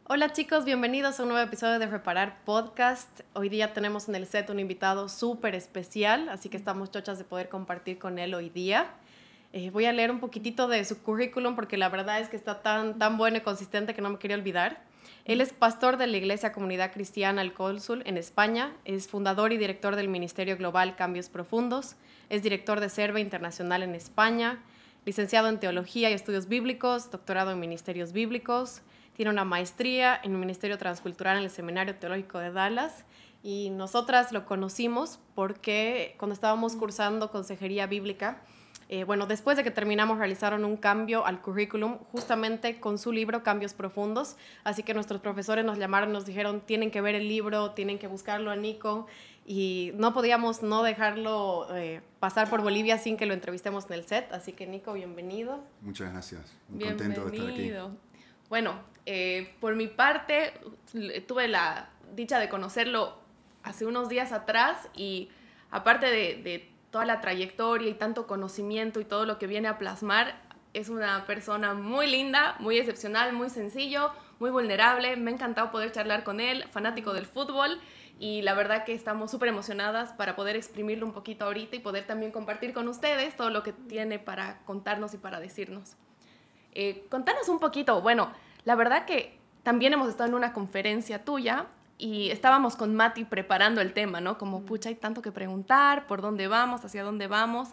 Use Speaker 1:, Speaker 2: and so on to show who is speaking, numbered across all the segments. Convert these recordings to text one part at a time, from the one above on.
Speaker 1: Hola chicos, bienvenidos a un nuevo episodio de Reparar Podcast. Hoy día tenemos en el set un invitado súper especial, así que estamos chochas de poder compartir con él hoy día. Voy a leer un poquitito de su currículum porque la verdad es que está tan bueno y consistente que no me quería olvidar. Él es pastor de la Iglesia Comunidad Cristiana El Cónsul en España, es fundador y director del Ministerio Global Cambios Profundos, es director de Serve Internacional en España, licenciado en Teología y Estudios Bíblicos, doctorado en Ministerios Bíblicos, tiene una maestría en el Ministerio Transcultural en el Seminario Teológico de Dallas y nosotras lo conocimos porque cuando estábamos cursando Consejería Bíblica, después de que terminamos realizaron un cambio al currículum justamente con su libro Cambios Profundos, así que nuestros profesores nos llamaron, nos dijeron tienen que ver el libro, tienen que buscarlo a Nico y no podíamos no dejarlo pasar por Bolivia sin que lo entrevistemos en el set, así que Nico, bienvenido.
Speaker 2: Muchas gracias, muy contento de estar aquí.
Speaker 3: Bueno, por mi parte tuve la dicha de conocerlo hace unos días atrás y aparte de toda la trayectoria y tanto conocimiento y todo lo que viene a plasmar, es una persona muy linda, muy excepcional, muy sencillo, muy vulnerable. Me ha encantado poder charlar con él, fanático del fútbol, y la verdad que estamos súper emocionadas para poder exprimirlo un poquito ahorita y poder también compartir con ustedes todo lo que tiene para contarnos y para decirnos. Contanos un poquito, bueno, la verdad que también hemos estado en una conferencia tuya y estábamos con Mati preparando el tema, ¿no? Como, pucha, hay tanto que preguntar, por dónde vamos, hacia dónde vamos.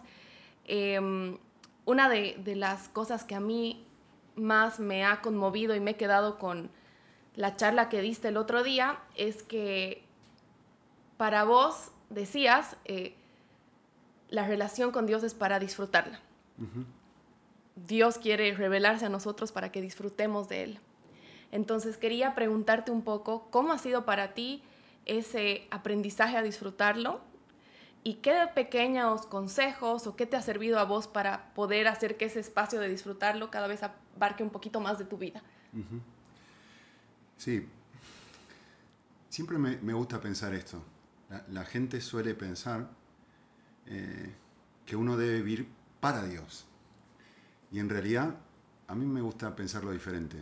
Speaker 3: Una de las cosas que a mí más me ha conmovido y me he quedado con la charla que diste el otro día es que para vos decías, la relación con Dios es para disfrutarla.
Speaker 2: Uh-huh.
Speaker 3: Dios quiere revelarse a nosotros para que disfrutemos de Él. Entonces quería preguntarte un poco, ¿cómo ha sido para ti ese aprendizaje a disfrutarlo? ¿Y qué pequeños consejos o qué te ha servido a vos para poder hacer que ese espacio de disfrutarlo cada vez abarque un poquito más de tu vida?
Speaker 2: Uh-huh. Sí, siempre me gusta pensar esto. La gente suele pensar que uno debe vivir para Dios. Y en realidad, a mí me gusta pensarlo diferente.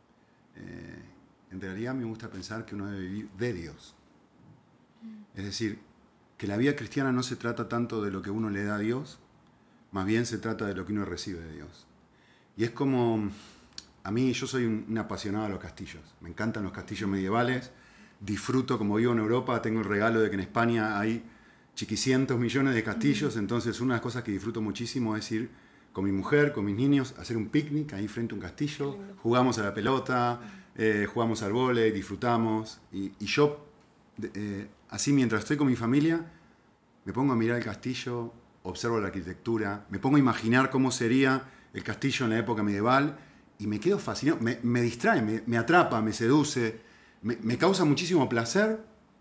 Speaker 2: En realidad me gusta pensar que uno debe vivir de Dios. Es decir, que la vida cristiana no se trata tanto de lo que uno le da a Dios, más bien se trata de lo que uno recibe de Dios. Y es como, a mí yo soy un apasionado de los castillos. Me encantan los castillos medievales, disfruto, como vivo en Europa, tengo el regalo de que en España hay chiquicientos millones de castillos, entonces una de las cosas que disfruto muchísimo es ir con mi mujer, con mis niños, hacer un picnic ahí frente a un castillo, jugamos a la pelota, jugamos al vóley, disfrutamos, y yo, así mientras estoy con mi familia, me pongo a mirar el castillo, observo la arquitectura, me pongo a imaginar cómo sería el castillo en la época medieval, y me quedo fascinado, me distrae, me atrapa, me seduce, me causa muchísimo placer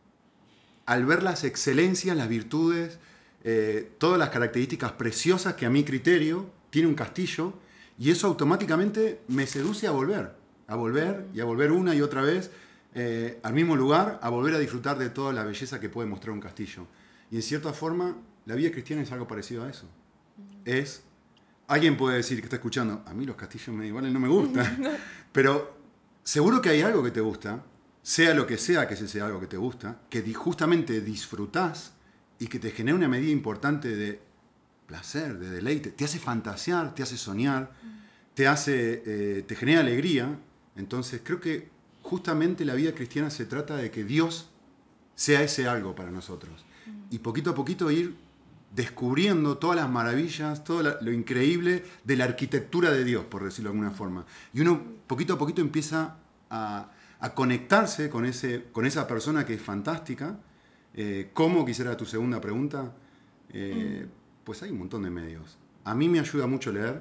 Speaker 2: al ver las excelencias, las virtudes, todas las características preciosas que a mi criterio tiene un castillo, y eso automáticamente me seduce a volver y a volver una y otra vez al mismo lugar, a volver a disfrutar de toda la belleza que puede mostrar un castillo. Y en cierta forma, la vida cristiana es algo parecido a eso. Alguien puede decir que está escuchando, a mí los castillos medievales no me gustan, pero seguro que hay algo que te gusta, sea lo que sea que ese algo que te gusta, que justamente disfrutás y que te genera una medida importante de placer, de deleite, te hace fantasear, te hace soñar, te genera alegría. Entonces creo que justamente la vida cristiana se trata de que Dios sea ese algo para nosotros. Y poquito a poquito ir descubriendo todas las maravillas, todo lo increíble de la arquitectura de Dios, por decirlo de alguna forma. Y uno poquito a poquito empieza a conectarse con esa persona que es fantástica. ¿Cómo? Quisiera tu segunda pregunta. Pues hay un montón de medios. A mí me ayuda mucho leer,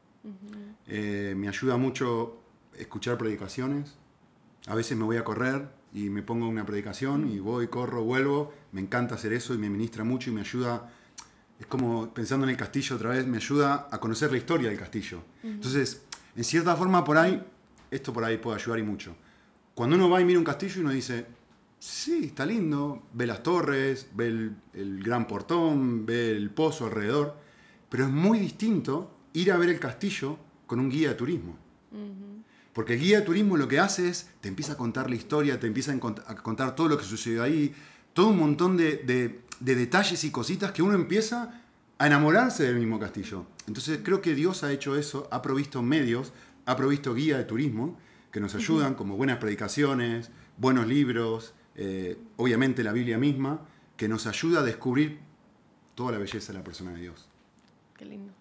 Speaker 2: me ayuda mucho escuchar predicaciones. A veces me voy a correr y me pongo una predicación y voy, corro, vuelvo. Me encanta hacer eso y me ministra mucho y me ayuda. Es como, pensando en el castillo otra vez, me ayuda a conocer la historia del castillo. Entonces, en cierta forma, esto por ahí puede ayudar y mucho. Cuando uno va y mira un castillo, uno dice, sí, está lindo, ve las torres, ve el gran portón, ve el pozo alrededor, pero es muy distinto ir a ver el castillo con un guía de turismo. Porque el guía de turismo lo que hace es, te empieza a contar la historia, te empieza a contar todo lo que sucedió ahí, todo un montón de detalles y cositas que uno empieza a enamorarse del mismo castillo. Entonces creo que Dios ha hecho eso, ha provisto medios, ha provisto guía de turismo que nos ayudan, como buenas predicaciones, buenos libros, obviamente la Biblia misma, que nos ayuda a descubrir toda la belleza de la persona de Dios.
Speaker 3: Qué lindo.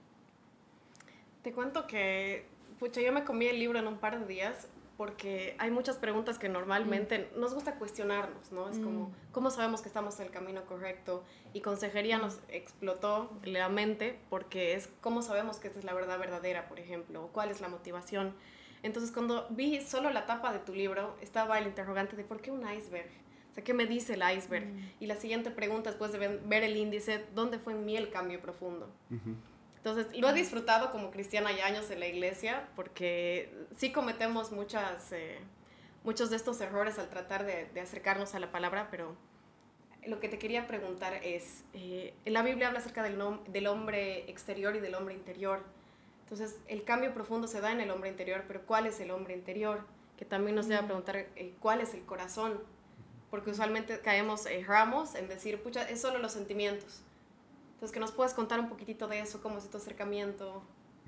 Speaker 1: Te cuento que, pucha, yo me comí el libro en un par de días porque hay muchas preguntas que normalmente nos gusta cuestionarnos, ¿no? Es como, ¿cómo sabemos que estamos en el camino correcto? Y consejería nos explotó la mente porque es, ¿cómo sabemos que esta es la verdad verdadera, por ejemplo? ¿O cuál es la motivación? Entonces, cuando vi solo la tapa de tu libro, estaba el interrogante de ¿por qué un iceberg? O sea, ¿qué me dice el iceberg? Y la siguiente pregunta, después de ver el índice, ¿dónde fue en mí el cambio profundo? Entonces, lo he disfrutado como cristiana ya años en la iglesia, porque sí cometemos muchos de estos errores al tratar de acercarnos a la palabra, pero lo que te quería preguntar es, la Biblia habla acerca del hombre exterior y del hombre interior. Entonces, el cambio profundo se da en el hombre interior, pero ¿cuál es el hombre interior? Que también nos debe preguntar cuál es el corazón, porque usualmente erramos en decir, pucha, es solo los sentimientos. Entonces, que nos puedas contar un poquitito de eso, cómo es tu acercamiento.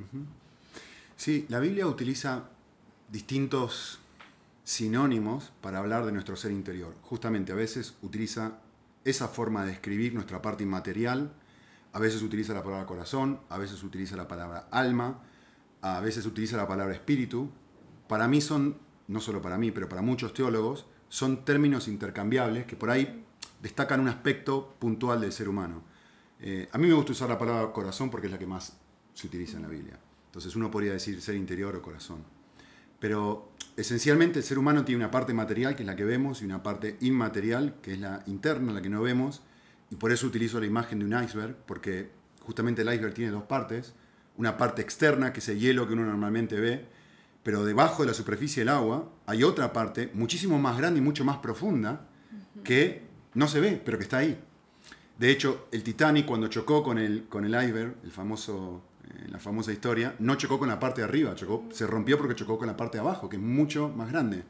Speaker 2: Sí, la Biblia utiliza distintos sinónimos para hablar de nuestro ser interior. Justamente a veces utiliza esa forma de describir nuestra parte inmaterial, a veces utiliza la palabra corazón, a veces utiliza la palabra alma, a veces utiliza la palabra espíritu. Para mí son, no solo para mí, pero para muchos teólogos, son términos intercambiables que por ahí destacan un aspecto puntual del ser humano. A mí me gusta usar la palabra corazón porque es la que más se utiliza en la Biblia. Entonces uno podría decir ser interior o corazón. Pero esencialmente el ser humano tiene una parte material, que es la que vemos, y una parte inmaterial, que es la interna, la que no vemos. Y por eso utilizo la imagen de un iceberg, porque justamente el iceberg tiene dos partes. Una parte externa, que es el hielo que uno normalmente ve, pero debajo de la superficie del agua hay otra parte muchísimo más grande y mucho más profunda que no se ve, pero que está ahí. De hecho, el Titanic, cuando chocó con el iceberg, la famosa historia, no chocó con la parte de arriba, se rompió porque chocó con la parte de abajo, que es mucho más grande.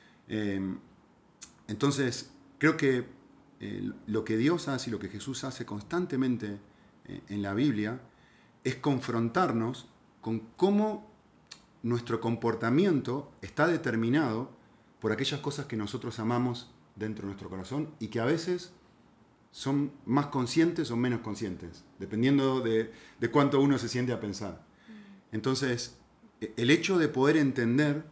Speaker 2: Entonces, creo que lo que Dios hace y lo que Jesús hace constantemente en la Biblia es confrontarnos con cómo nuestro comportamiento está determinado por aquellas cosas que nosotros amamos dentro de nuestro corazón y que a veces son más conscientes o menos conscientes, dependiendo de cuánto uno se siente a pensar. Entonces, el hecho de poder entender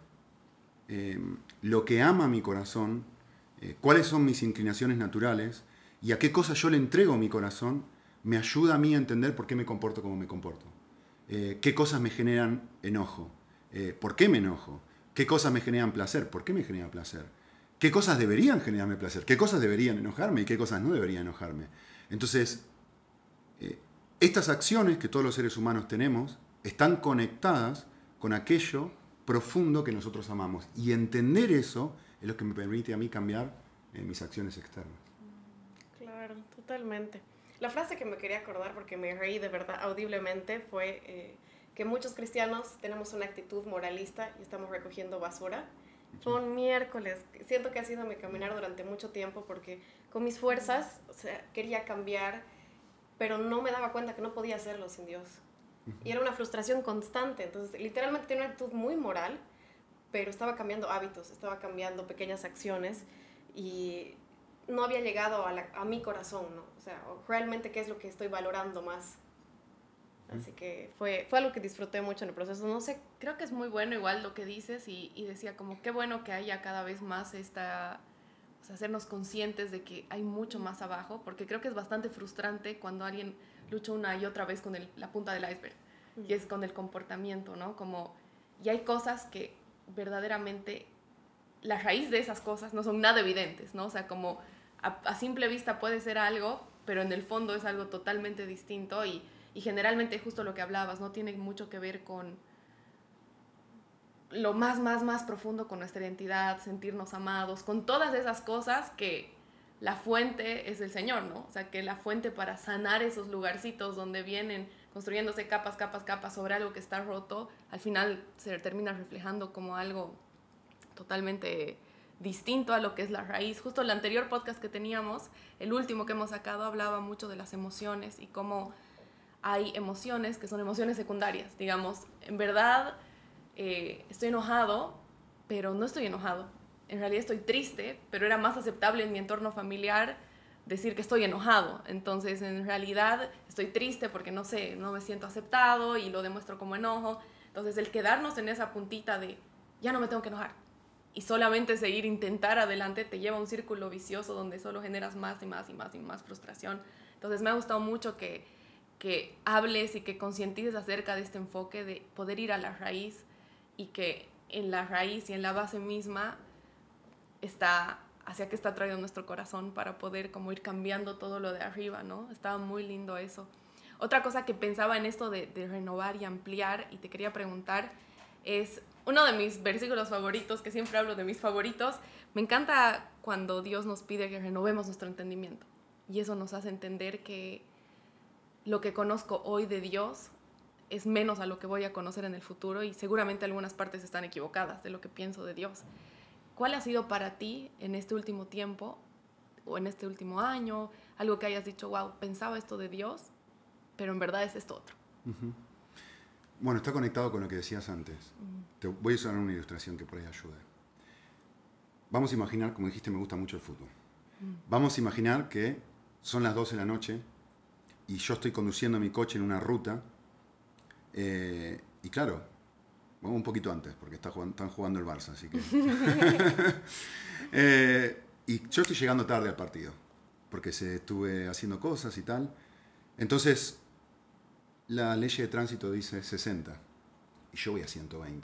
Speaker 2: lo que ama mi corazón, cuáles son mis inclinaciones naturales y a qué cosas yo le entrego mi corazón, me ayuda a mí a entender por qué me comporto como me comporto. Qué cosas me generan enojo, por qué me enojo, qué cosas me generan placer, por qué me genera placer. ¿Qué cosas deberían generarme placer? ¿Qué cosas deberían enojarme y qué cosas no deberían enojarme? Entonces, estas acciones que todos los seres humanos tenemos están conectadas con aquello profundo que nosotros amamos. Y entender eso es lo que me permite a mí cambiar mis acciones externas.
Speaker 1: Claro, totalmente. La frase que me quería acordar, porque me reí de verdad audiblemente, fue que muchos cristianos tenemos una actitud moralista y estamos recogiendo basura. Fue un miércoles, siento que ha sido mi caminar durante mucho tiempo porque con mis fuerzas, o sea, quería cambiar, pero no me daba cuenta que no podía hacerlo sin Dios. Y era una frustración constante, entonces literalmente tenía una actitud muy moral, pero estaba cambiando hábitos, estaba cambiando pequeñas acciones y no había llegado a mi corazón, ¿no? O sea, realmente qué es lo que estoy valorando más. Así que fue algo que disfruté mucho en el proceso. No sé.
Speaker 3: Creo que es muy bueno igual lo que dices y decía como qué bueno que haya cada vez más o sea, hacernos conscientes de que hay mucho más abajo, porque creo que es bastante frustrante cuando alguien lucha una y otra vez con la punta del iceberg y es con el comportamiento, ¿no? Y hay cosas que verdaderamente la raíz de esas cosas no son nada evidentes, ¿no? O sea, como a simple vista puede ser algo, pero en el fondo es algo totalmente distinto y generalmente justo lo que hablabas, ¿no? Tiene mucho que ver con lo más profundo, con nuestra identidad, sentirnos amados, con todas esas cosas que la fuente es el Señor, ¿no? O sea, que la fuente para sanar esos lugarcitos donde vienen construyéndose capas, capas, capas sobre algo que está roto, al final se termina reflejando como algo totalmente distinto a lo que es la raíz. Justo el anterior podcast que teníamos, el último que hemos sacado, hablaba mucho de las emociones y cómo hay emociones que son emociones secundarias. Digamos, en verdad estoy enojado, pero no estoy enojado. En realidad estoy triste, pero era más aceptable en mi entorno familiar decir que estoy enojado. Entonces, en realidad estoy triste porque no sé, no me siento aceptado y lo demuestro como enojo. Entonces, el quedarnos en esa puntita de ya no me tengo que enojar y solamente seguir, intentar adelante, te lleva a un círculo vicioso donde solo generas más y más y más y más frustración. Entonces, me ha gustado mucho que hables y que concientices acerca de este enfoque de poder ir a la raíz y que en la raíz y en la base misma está hacia qué está traído nuestro corazón para poder como ir cambiando todo lo de arriba, ¿no? Estaba muy lindo eso. Otra cosa que pensaba en esto de renovar y ampliar, y te quería preguntar, es uno de mis versículos favoritos, que siempre hablo de mis favoritos. Me encanta cuando Dios nos pide que renovemos nuestro entendimiento. Y eso nos hace entender que lo que conozco hoy de Dios es menos a lo que voy a conocer en el futuro, y seguramente algunas partes están equivocadas de lo que pienso de Dios. ¿Cuál ha sido para ti en este último tiempo o en este último año algo que hayas dicho, wow, pensaba esto de Dios, pero en verdad es esto otro?
Speaker 2: Uh-huh. Bueno, está conectado con lo que decías antes. Te voy a usar una ilustración que por ahí ayude. Vamos a imaginar, como dijiste, me gusta mucho el fútbol. Vamos a imaginar que son las 12 de la noche y yo estoy conduciendo mi coche en una ruta y claro, vamos un poquito antes porque están jugando el Barça, así que... y yo estoy llegando tarde al partido porque estuve haciendo cosas y tal. Entonces, la ley de tránsito dice 60 y yo voy a 120.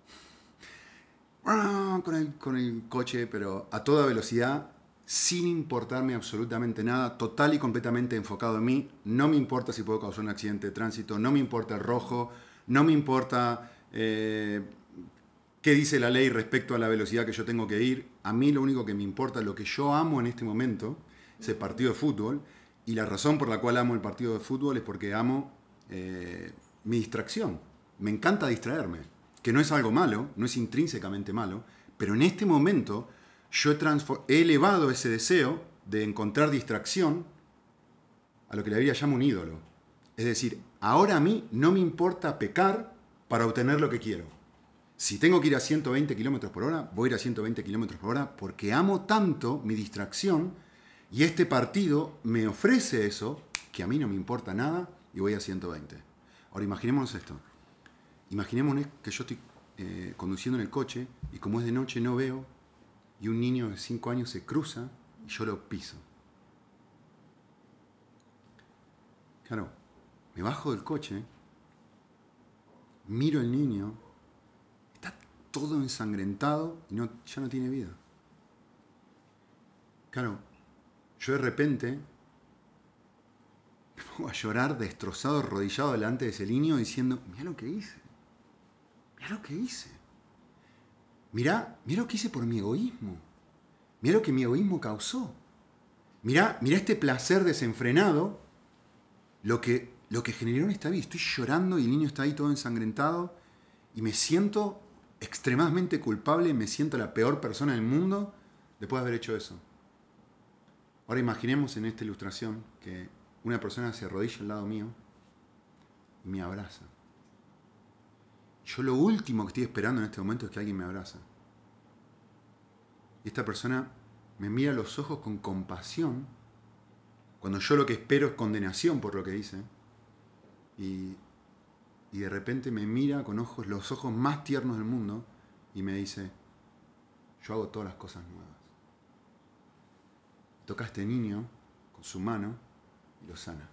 Speaker 2: Con el coche, pero a toda velocidad, sin importarme absolutamente nada, total y completamente enfocado en mí. No me importa si puedo causar un accidente de tránsito, no me importa el rojo, no me importa qué dice la ley respecto a la velocidad que yo tengo que ir. A mí lo único que me importa, lo que yo amo en este momento, es el partido de fútbol. Y la razón por la cual amo el partido de fútbol es porque amo mi distracción. Me encanta distraerme, que no es algo malo, no es intrínsecamente malo, pero en este momento yo he elevado ese deseo de encontrar distracción a lo que la Biblia llama un ídolo. Es decir, ahora a mí no me importa pecar para obtener lo que quiero. Si tengo que ir a 120 km por hora, voy a ir a 120 km por hora porque amo tanto mi distracción y este partido me ofrece eso que a mí no me importa nada y voy a 120. Ahora imaginémonos esto. Imaginémonos que yo estoy conduciendo en el coche y como es de noche no veo y un niño de 5 años se cruza y yo lo piso. Claro, me bajo del coche, miro al niño, está todo ensangrentado y ya no tiene vida. Claro, yo de repente me pongo a llorar destrozado, arrodillado delante de ese niño diciendo, mirá lo que hice, mirá lo que hice. Mirá lo que hice por mi egoísmo. Mirá lo que mi egoísmo causó. Mirá este placer desenfrenado, lo que generó en esta vida. Estoy llorando y el niño está ahí todo ensangrentado y me siento extremadamente culpable, me siento la peor persona del mundo después de haber hecho eso. Ahora imaginemos en esta ilustración que una persona se arrodilla al lado mío y me abraza. Yo lo último que estoy esperando en este momento es que alguien me abraza. Y esta persona me mira a los ojos con compasión, cuando yo lo que espero es condenación por lo que hice. Y de repente me mira con los ojos más tiernos del mundo y me dice, yo hago todas las cosas nuevas. Toca a este niño con su mano y lo sana.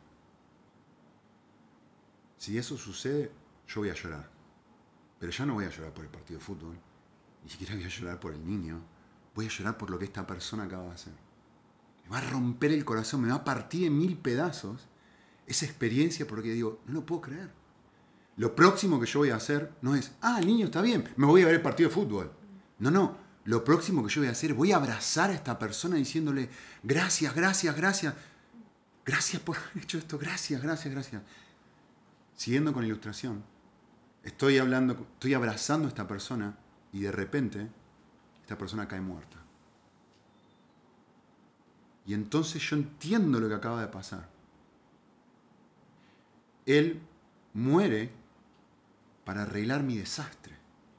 Speaker 2: Si eso sucede, yo voy a llorar. Pero ya no voy a llorar por el partido de fútbol, ni siquiera voy a llorar por el niño, voy a llorar por lo que esta persona acaba de hacer. Me va a romper el corazón, me va a partir en 1000 pedazos esa experiencia porque digo, no lo puedo creer. Lo próximo que yo voy a hacer no es, el niño está bien, me voy a ver el partido de fútbol. No, lo próximo que yo voy a hacer, voy a abrazar a esta persona diciéndole, gracias por haber hecho esto, gracias. siguiendo con la ilustración, estoy abrazando a esta persona y de repente esta persona cae muerta. Y entonces yo entiendo lo que acaba de pasar. Él muere para arreglar mi desastre.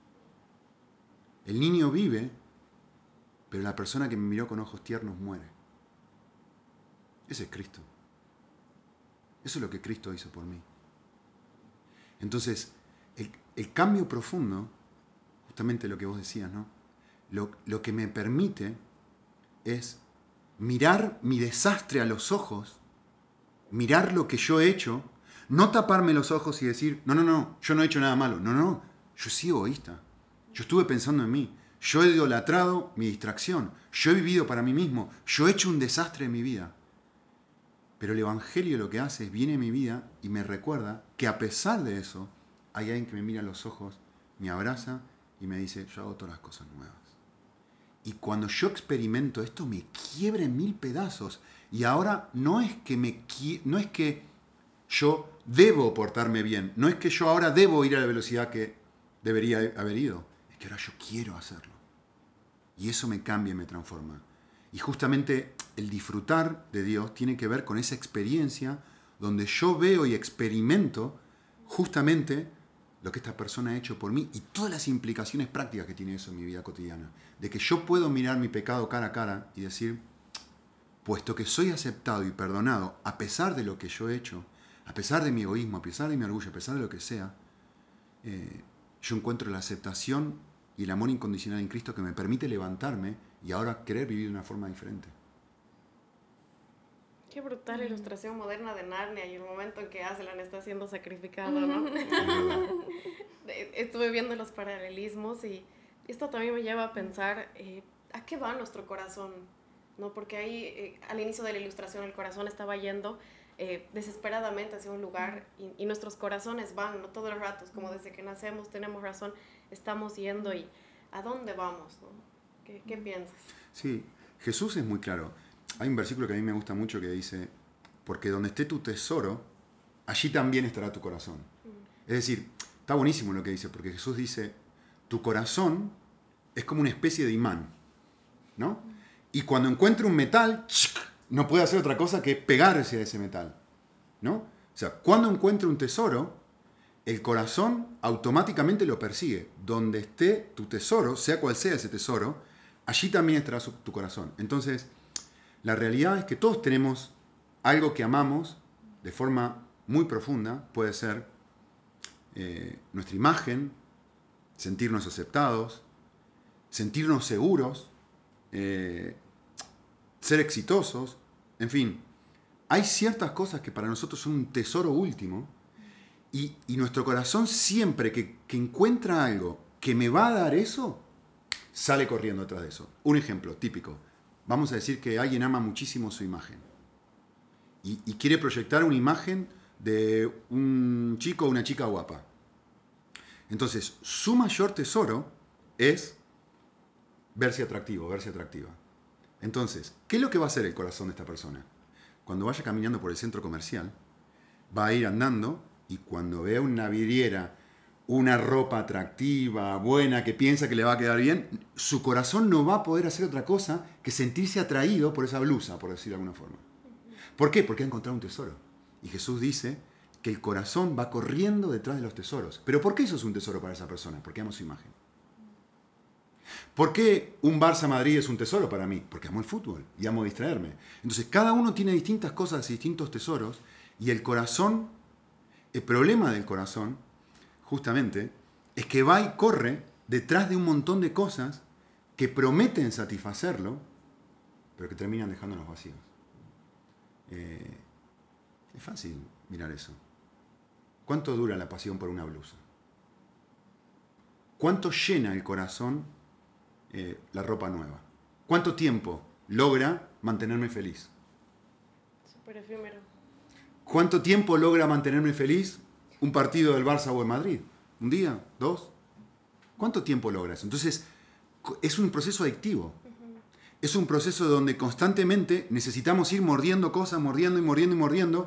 Speaker 2: El niño vive, pero la persona que me miró con ojos tiernos muere. Ese es Cristo. Eso es lo que Cristo hizo por mí. Entonces, el cambio profundo, justamente lo que vos decías, ¿no? Lo que me permite es mirar mi desastre a los ojos, mirar lo que yo he hecho, no taparme los ojos y decir, no, yo no he hecho nada malo. No, yo soy egoísta. Yo estuve pensando en mí. Yo he idolatrado mi distracción. Yo he vivido para mí mismo. Yo he hecho un desastre en mi vida. Pero el Evangelio lo que hace es, viene a mi vida y me recuerda que a pesar de eso, hay alguien que me mira a los ojos, me abraza y me dice, yo hago todas las cosas nuevas. Y cuando yo experimento esto, me quiebra en 1000 pedazos. Y ahora no es que yo debo portarme bien, no es que yo ahora debo ir a la velocidad que debería haber ido, es que ahora yo quiero hacerlo. Y eso me cambia y me transforma. Y justamente el disfrutar de Dios tiene que ver con esa experiencia donde yo veo y experimento justamente lo que esta persona ha hecho por mí y todas las implicaciones prácticas que tiene eso en mi vida cotidiana. De que yo puedo mirar mi pecado cara a cara y decir, puesto que soy aceptado y perdonado a pesar de lo que yo he hecho, a pesar de mi egoísmo, a pesar de mi orgullo, a pesar de lo que sea, yo encuentro la aceptación y el amor incondicional en Cristo que me permite levantarme y ahora querer vivir de una forma diferente.
Speaker 1: Qué brutal ilustración moderna de Narnia y el momento en que Aslan está siendo sacrificado, ¿no? Estuve viendo los paralelismos y esto también me lleva a pensar ¿a qué va nuestro corazón? ¿No? Porque ahí al inicio de la ilustración el corazón estaba yendo desesperadamente hacia un lugar y nuestros corazones van, ¿no? Todos los ratos, como desde que nacemos tenemos razón, estamos yendo y ¿a dónde vamos? ¿No? ¿Qué piensas?
Speaker 2: Sí, Jesús es muy claro. Hay un versículo que a mí me gusta mucho que dice, porque donde esté tu tesoro, allí también estará tu corazón. Es decir, está buenísimo lo que dice, porque Jesús dice, tu corazón es como una especie de imán, ¿no? Y cuando encuentra un metal, no puede hacer otra cosa que pegarse a ese metal, ¿no? O sea, cuando encuentra un tesoro, el corazón automáticamente lo persigue. Donde esté tu tesoro, sea cual sea ese tesoro, allí también estará tu corazón. Entonces, la realidad es que todos tenemos algo que amamos de forma muy profunda. Puede ser nuestra imagen, sentirnos aceptados, sentirnos seguros, ser exitosos, en fin. Hay ciertas cosas que para nosotros son un tesoro último y nuestro corazón siempre que encuentra algo que me va a dar eso, sale corriendo detrás de eso. Un ejemplo típico. Vamos a decir que alguien ama muchísimo su imagen y quiere proyectar una imagen de un chico o una chica guapa. Entonces, su mayor tesoro es verse atractivo, verse atractiva. Entonces, ¿qué es lo que va a hacer el corazón de esta persona? Cuando vaya caminando por el centro comercial, va a ir andando y cuando vea una vidriera, una ropa atractiva, buena, que piensa que le va a quedar bien, su corazón no va a poder hacer otra cosa que sentirse atraído por esa blusa, por decirlo de alguna forma. ¿Por qué? Porque ha encontrado un tesoro. Y Jesús dice que el corazón va corriendo detrás de los tesoros. ¿Pero por qué eso es un tesoro para esa persona? Porque ama su imagen. ¿Por qué un Barça Madrid es un tesoro para mí? Porque amo el fútbol y amo distraerme. Entonces, cada uno tiene distintas cosas y distintos tesoros y el corazón, el problema del corazón, justamente, es que va y corre detrás de un montón de cosas que prometen satisfacerlo, pero que terminan dejándonos vacíos. Es fácil mirar eso. ¿Cuánto dura la pasión por una blusa? ¿Cuánto llena el corazón la ropa nueva? ¿Cuánto tiempo logra mantenerme feliz?
Speaker 1: Súper efímero.
Speaker 2: ¿Cuánto tiempo logra mantenerme feliz un partido del Barça o del Madrid? ¿Un día? ¿2? ¿Cuánto tiempo logra eso? Entonces, es un proceso adictivo. Es un proceso donde constantemente necesitamos ir mordiendo cosas, mordiendo y mordiendo y mordiendo,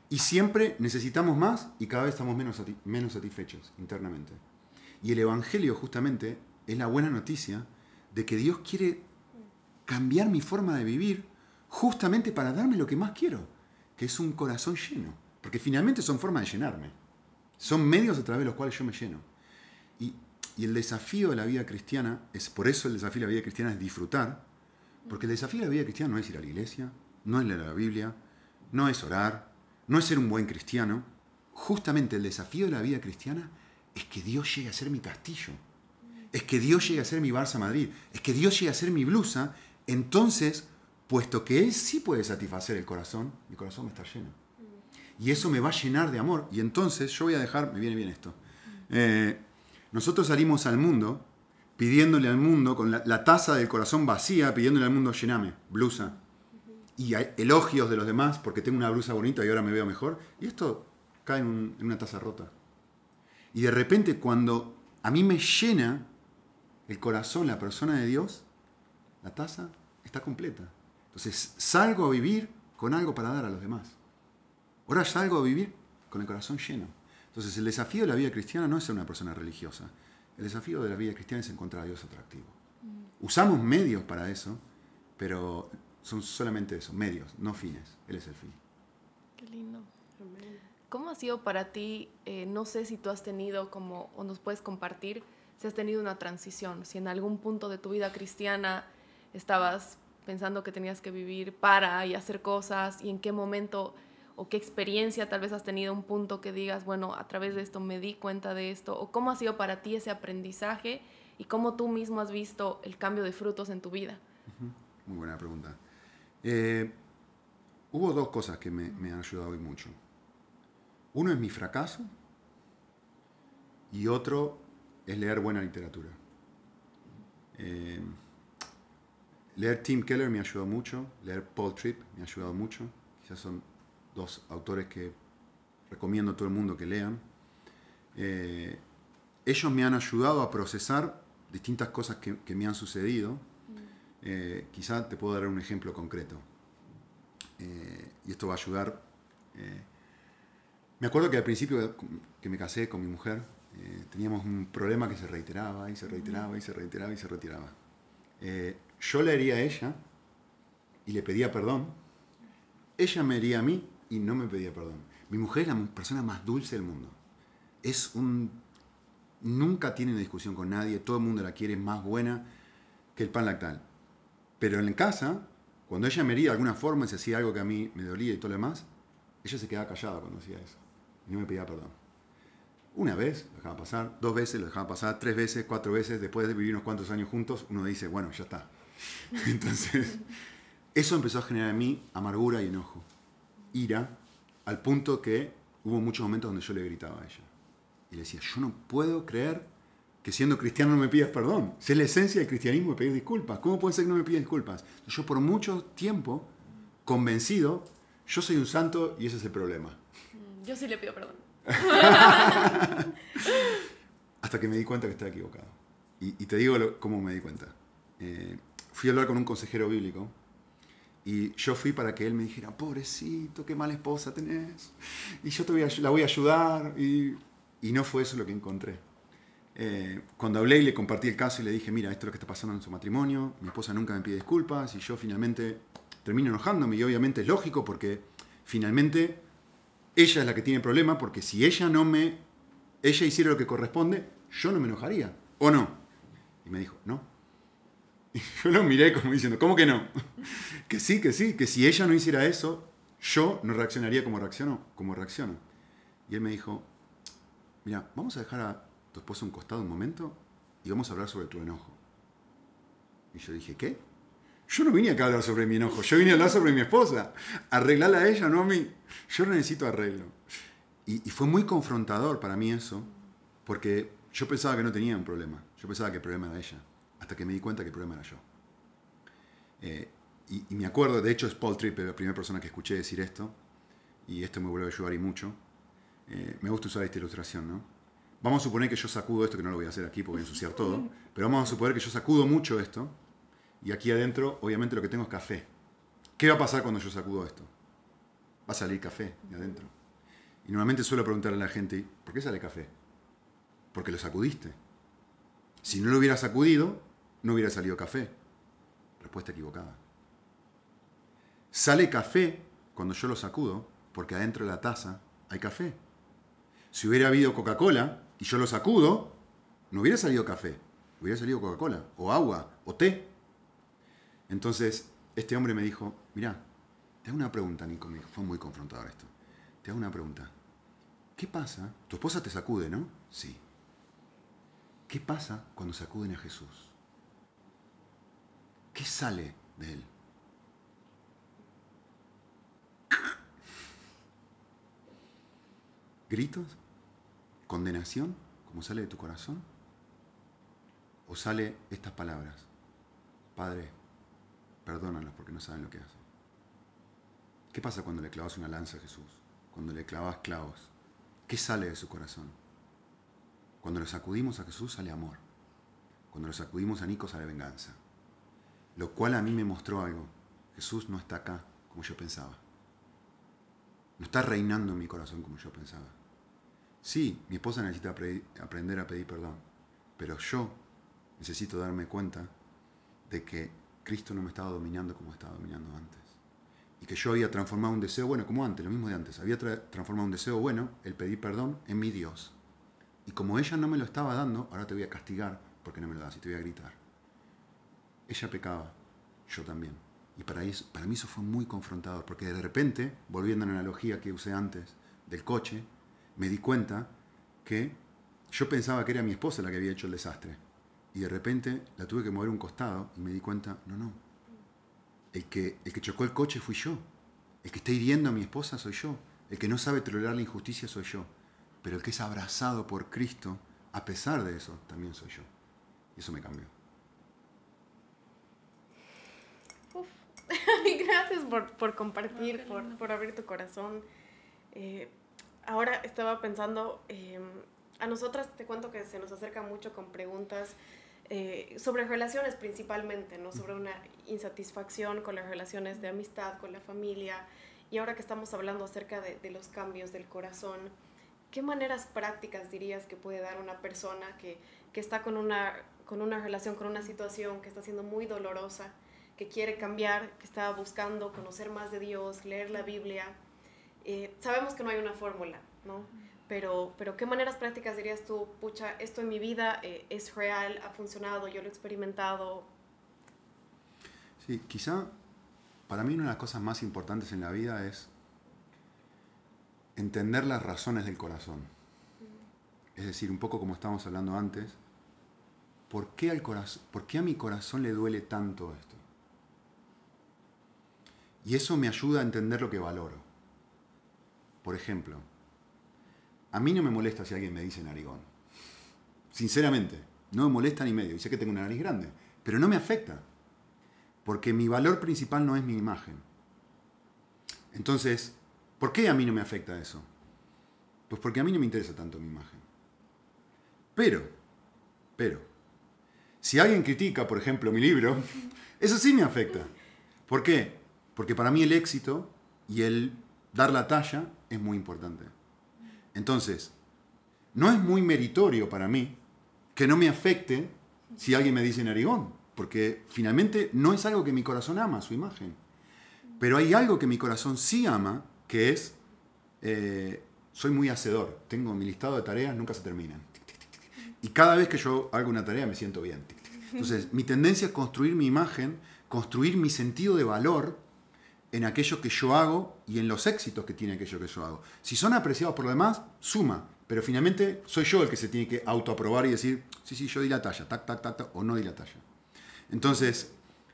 Speaker 2: Y siempre necesitamos más y cada vez estamos menos satisfechos internamente. Y el Evangelio justamente es la buena noticia de que Dios quiere cambiar mi forma de vivir justamente para darme lo que más quiero, que es un corazón lleno. Porque finalmente son formas de llenarme. Son medios a través de los cuales yo me lleno. Y el desafío de la vida cristiana, por eso el desafío de la vida cristiana es disfrutar, porque el desafío de la vida cristiana no es ir a la iglesia, no es leer la Biblia, no es orar, no es ser un buen cristiano. Justamente el desafío de la vida cristiana es que Dios llegue a ser mi castillo, es que Dios llegue a ser mi Barça Madrid, es que Dios llegue a ser mi blusa. Entonces, puesto que Él sí puede satisfacer el corazón, mi corazón me está lleno. Y eso me va a llenar de amor. Y entonces yo voy a dejar, me viene bien esto, nosotros salimos al mundo pidiéndole al mundo, con la taza del corazón vacía, pidiéndole al mundo, llename, blusa. Y hay elogios de los demás porque tengo una blusa bonita y ahora me veo mejor. Y esto cae en una taza rota. Y de repente cuando a mí me llena el corazón, la persona de Dios, la taza está completa. Entonces salgo a vivir con algo para dar a los demás. Ahora salgo a vivir con el corazón lleno. Entonces el desafío de la vida cristiana no es ser una persona religiosa. El desafío de la vida cristiana es encontrar a Dios atractivo. Usamos medios para eso, pero son solamente eso, medios, no fines. Él es el fin.
Speaker 3: Qué lindo. ¿Cómo ha sido para ti? No sé si tú has tenido o nos puedes compartir, si has tenido una transición, si en algún punto de tu vida cristiana estabas pensando que tenías que vivir para y hacer cosas, y en qué momento o qué experiencia tal vez has tenido un punto que digas, bueno, a través de esto me di cuenta de esto, o cómo ha sido para ti ese aprendizaje y cómo tú mismo has visto el cambio de frutos en tu vida.
Speaker 2: Muy buena pregunta. Hubo dos cosas que me han ayudado hoy mucho. Uno es mi fracaso y otro es leer buena literatura. Leer Tim Keller me ayudó mucho, leer Paul Tripp me ha ayudado mucho. Quizás son dos autores que recomiendo a todo el mundo que lean. Ellos me han ayudado a procesar distintas cosas que me han sucedido. Quizá te puedo dar un ejemplo concreto. Y esto va a ayudar. Me acuerdo que al principio que me casé con mi mujer, teníamos un problema que se reiteraba y se reiteraba y se reiteraba y se reiteraba. Yo le hería a ella y le pedía perdón. Ella me hería a mí y no me pedía perdón. Mi mujer es la persona más dulce del mundo. Nunca tiene una discusión con nadie, todo el mundo la quiere, es más buena que el pan lactal. Pero en casa, cuando ella me hería de alguna forma, se hacía algo que a mí me dolía y todo lo demás, ella se quedaba callada cuando hacía eso. Y no me pedía perdón. Una vez lo dejaba pasar, 2 veces lo dejaba pasar, 3 veces, 4 veces, después de vivir unos cuantos años juntos, uno dice, bueno, ya está. Entonces, eso empezó a generar en mí amargura y enojo, ira, al punto que hubo muchos momentos donde yo le gritaba a ella. Y le decía, yo no puedo creer que siendo cristiano no me pidas perdón. Si es la esencia del cristianismo de pedir disculpas. ¿Cómo puede ser que no me pidas disculpas? Yo por mucho tiempo, convencido, yo soy un santo y ese es el problema.
Speaker 3: Yo sí le pido perdón.
Speaker 2: Hasta que me di cuenta que estaba equivocado. Y te digo cómo me di cuenta. Fui a hablar con un consejero bíblico y yo fui para que él me dijera, pobrecito, qué mala esposa tenés. Y yo la voy a ayudar. Y no fue eso lo que encontré. Cuando hablé y le compartí el caso y le dije, mira, esto es lo que está pasando en su matrimonio, mi esposa nunca me pide disculpas y yo finalmente termino enojándome y obviamente es lógico porque finalmente ella es la que tiene el problema porque si ella hiciera lo que corresponde, yo no me enojaría, ¿o no? Y me dijo, no. Y yo lo miré como diciendo, ¿cómo que no? Que sí, que si ella no hiciera eso, yo no reaccionaría como reacciono. Y él me dijo, mira, vamos a dejar a tu esposa a un costado un momento y vamos a hablar sobre tu enojo. Y yo dije, ¿qué? Yo no vine acá a hablar sobre mi enojo, yo vine a hablar sobre mi esposa. Arreglarla a ella, no a mí. Yo necesito arreglo. Y fue muy confrontador para mí eso, porque yo pensaba que no tenía un problema. Yo pensaba que el problema era ella, hasta que me di cuenta que el problema era yo. Y me acuerdo, de hecho es Paul Tripp, la primera persona que escuché decir esto, y esto me vuelve a ayudar y mucho. Me gusta usar esta ilustración, ¿no? Vamos a suponer que yo sacudo esto, que no lo voy a hacer aquí porque voy a ensuciar todo, pero vamos a suponer que yo sacudo mucho esto, y aquí adentro, obviamente, lo que tengo es café. ¿Qué va a pasar cuando yo sacudo esto? va a salir café de adentro. Y normalmente suelo preguntarle a la gente, ¿por qué sale café? Porque lo sacudiste. Si no lo hubiera sacudido, no hubiera salido café. Respuesta equivocada. Sale café cuando yo lo sacudo, porque adentro de la taza hay café. Si hubiera habido Coca-Cola y yo lo sacudo, no hubiera salido café, hubiera salido Coca-Cola, o agua, o té. Entonces, este hombre me dijo, mirá, te hago una pregunta, Nico, fue muy confrontador esto. Te hago una pregunta. ¿Qué pasa? Tu esposa te sacude, ¿no? Sí. ¿Qué pasa cuando sacuden a Jesús? ¿Qué sale de él? ¿Gritos? ¿Condenación? ¿Cómo sale de tu corazón? ¿O sale estas palabras? Padre, perdónalos porque no saben lo que hacen. ¿Qué pasa cuando le clavas una lanza a Jesús? Cuando le clavas clavos. ¿Qué sale de su corazón? Cuando lo sacudimos a Jesús sale amor. Cuando lo sacudimos a Nico sale venganza. Lo cual a mí me mostró algo. Jesús no está acá como yo pensaba. No está reinando en mi corazón como yo pensaba. Sí, mi esposa necesita aprender a pedir perdón, pero yo necesito darme cuenta de que Cristo no me estaba dominando como estaba dominando antes. Y que yo había transformado un deseo bueno, como antes, lo mismo de antes. Había transformado un deseo bueno, el pedir perdón, en mi Dios. Y como ella no me lo estaba dando, ahora te voy a castigar porque no me lo das y te voy a gritar. Ella pecaba, yo también. Y para mí eso fue muy confrontador, porque de repente, volviendo a la analogía que usé antes del coche, me di cuenta que yo pensaba que era mi esposa la que había hecho el desastre. Y de repente la tuve que mover un costado y me di cuenta, no. El que chocó el coche fui yo. El que está hiriendo a mi esposa soy yo. El que no sabe tolerar la injusticia soy yo. Pero el que es abrazado por Cristo, a pesar de eso, también soy yo. Y eso me cambió.
Speaker 1: Uf. Gracias por compartir, por abrir tu corazón. Ahora estaba pensando, a nosotras te cuento que se nos acerca mucho con preguntas sobre relaciones principalmente, ¿no? Sobre una insatisfacción con las relaciones de amistad, con la familia. Y ahora que estamos hablando acerca de los cambios del corazón, ¿qué maneras prácticas dirías que puede dar una persona que está con una relación, con una situación que está siendo muy dolorosa, que quiere cambiar, que está buscando conocer más de Dios, leer la Biblia? Sabemos que no hay una fórmula, ¿no? Pero ¿qué maneras prácticas dirías tú, pucha, esto en mi vida es real, ha funcionado, yo lo he experimentado?
Speaker 2: Sí, quizá para mí una de las cosas más importantes en la vida es entender las razones del corazón. Es decir, un poco como estábamos hablando antes, ¿por qué a mi corazón le duele tanto esto? Y eso me ayuda a entender lo que valoro. Por ejemplo, a mí no me molesta si alguien me dice narigón. Sinceramente, no me molesta ni medio. Y sé que tengo una nariz grande, pero no me afecta. Porque mi valor principal no es mi imagen. Entonces, ¿por qué a mí no me afecta eso? Pues porque a mí no me interesa tanto mi imagen. Pero, si alguien critica, por ejemplo, mi libro, eso sí me afecta. ¿Por qué? Porque para mí el éxito y el dar la talla es muy importante. Entonces, no es muy meritorio para mí que no me afecte si alguien me dice narigón, porque finalmente no es algo que mi corazón ama, su imagen. Pero hay algo que mi corazón sí ama, que es, soy muy hacedor, tengo mi listado de tareas, nunca se terminan. Y cada vez que yo hago una tarea me siento bien. Entonces, mi tendencia es construir mi imagen, construir mi sentido de valor en aquello que yo hago y en los éxitos que tiene aquello que yo hago. Si son apreciados por los demás, suma. Pero finalmente soy yo el que se tiene que autoaprobar y decir, sí, yo di la talla, tac, o no di la talla. Entonces,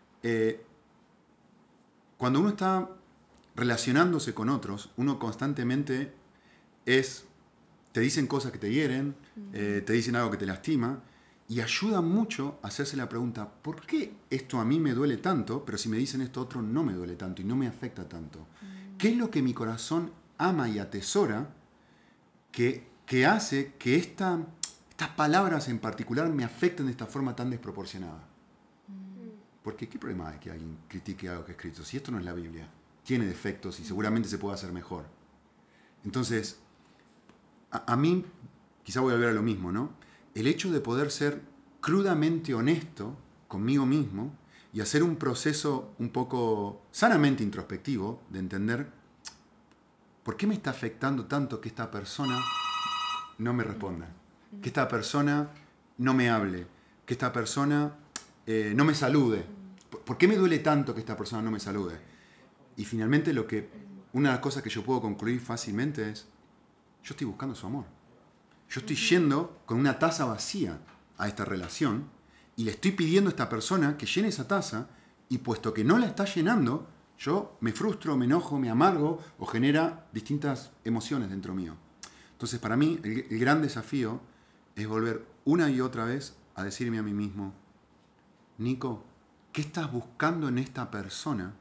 Speaker 2: cuando uno está relacionándose con otros, uno constantemente te dicen cosas que te hieren, te dicen algo que te lastima, y ayuda mucho a hacerse la pregunta, ¿por qué esto a mí me duele tanto, pero si me dicen esto otro no me duele tanto y no me afecta tanto? ¿Qué es lo que mi corazón ama y atesora que hace que estas palabras en particular me afecten de esta forma tan desproporcionada? Porque ¿qué problema hay que alguien critique algo que es escrito? Si esto no es la Biblia, tiene defectos y seguramente se puede hacer mejor. Entonces, a mí, quizá voy a volver a lo mismo, ¿no? El hecho de poder ser crudamente honesto conmigo mismo y hacer un proceso un poco sanamente introspectivo de entender por qué me está afectando tanto que esta persona no me responda, que esta persona no me hable, que esta persona no me salude. ¿Por qué me duele tanto que esta persona no me salude? Y finalmente una de las cosas que yo puedo concluir fácilmente es, yo estoy buscando su amor. Yo estoy yendo con una taza vacía a esta relación y le estoy pidiendo a esta persona que llene esa taza, y puesto que no la está llenando, yo me frustro, me enojo, me amargo o genera distintas emociones dentro mío. Entonces, para mí, el gran desafío es volver una y otra vez a decirme a mí mismo, Nico, ¿qué estás buscando en esta persona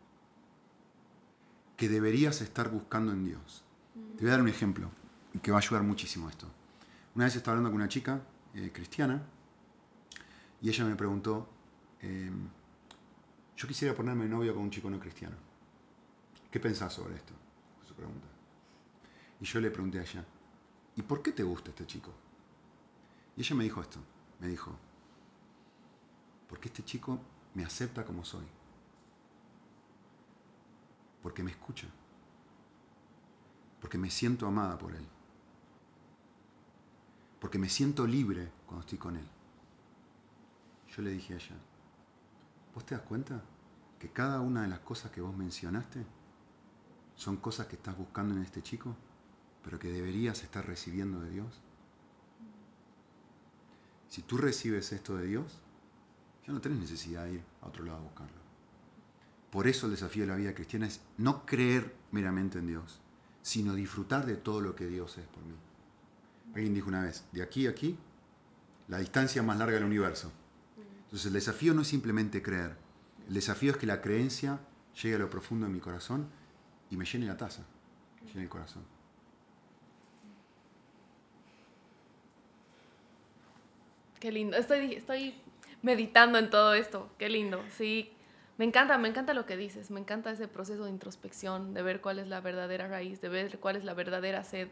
Speaker 2: que deberías estar buscando en Dios? Te voy a dar un ejemplo que va a ayudar muchísimo a esto. Una vez estaba hablando con una chica cristiana y ella me preguntó, yo quisiera ponerme de novio con un chico no cristiano. ¿Qué pensás sobre esto? Fue su pregunta. Y yo le pregunté a ella, ¿y por qué te gusta este chico? Y ella me dijo esto, me dijo, porque este chico me acepta como soy. Porque me escucha. Porque me siento amada por él. Porque me siento libre cuando estoy con él. Yo le dije a ella, ¿vos te das cuenta que cada una de las cosas que vos mencionaste son cosas que estás buscando en este chico, pero que deberías estar recibiendo de Dios? Si tú recibes esto de Dios, ya no tenés necesidad de ir a otro lado a buscarlo. Por eso el desafío de la vida cristiana es no creer meramente en Dios, sino disfrutar de todo lo que Dios es por mí. Alguien dijo una vez, de aquí a aquí, la distancia más larga del universo. Entonces el desafío no es simplemente creer, el desafío es que la creencia llegue a lo profundo de mi corazón y me llene la taza, me llene el corazón.
Speaker 3: Qué lindo. Estoy meditando en todo esto. Qué lindo. Sí, me encanta lo que dices. Me encanta ese proceso de introspección, de ver cuál es la verdadera raíz, de ver cuál es la verdadera sed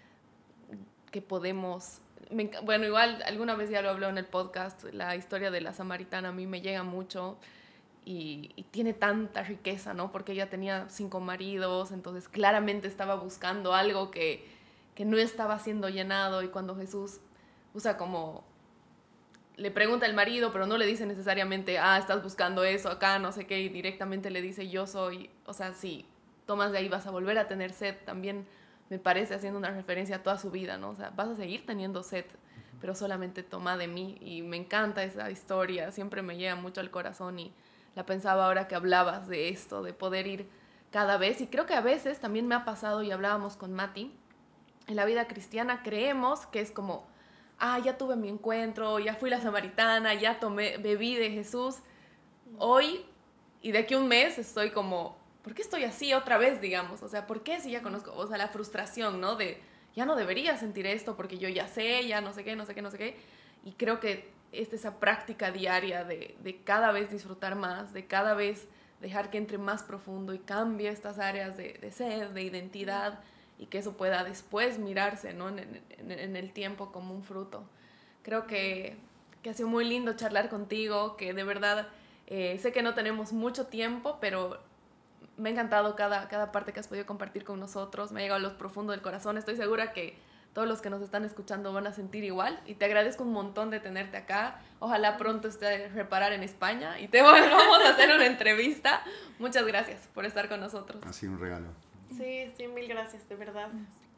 Speaker 3: que podemos... Bueno, igual alguna vez ya lo habló en el podcast, la historia de la samaritana a mí me llega mucho y tiene tanta riqueza, ¿no? Porque ella tenía 5 maridos, entonces claramente estaba buscando algo que no estaba siendo llenado, y cuando Jesús usa como... le pregunta al marido, pero no le dice necesariamente, estás buscando eso acá, no sé qué, y directamente le dice, yo soy, o sea, si tomas de ahí vas a volver a tener sed, también me parece haciendo una referencia a toda su vida, ¿no? O sea, vas a seguir teniendo sed, pero solamente toma de mí, y me encanta esa historia, siempre me llega mucho al corazón, y la pensaba ahora que hablabas de esto, de poder ir cada vez, y creo que a veces también me ha pasado, y hablábamos con Mati, en la vida cristiana creemos que es como, ya tuve mi encuentro, ya fui la samaritana, ya bebí de Jesús. Hoy y de aquí a un mes estoy como, ¿por qué estoy así otra vez, digamos? O sea, ¿por qué si ya conozco? O sea, la frustración, ¿no? De, ya no debería sentir esto porque yo ya sé, ya no sé qué, no sé qué, no sé qué. Y creo que esa práctica diaria de cada vez disfrutar más, de cada vez dejar que entre más profundo y cambie estas áreas de sed, de identidad, y que eso pueda después mirarse, ¿no? en el tiempo como un fruto. Creo que ha sido muy lindo charlar contigo, que de verdad sé que no tenemos mucho tiempo, pero me ha encantado cada parte que has podido compartir con nosotros, me ha llegado a lo profundo del corazón. Estoy segura que todos los que nos están escuchando van a sentir igual, y te agradezco un montón de tenerte acá. Ojalá pronto esté Reparar en España y te vamos a hacer una entrevista. Muchas gracias por estar con nosotros.
Speaker 2: Ha sido un regalo.
Speaker 1: Sí, mil gracias, de verdad.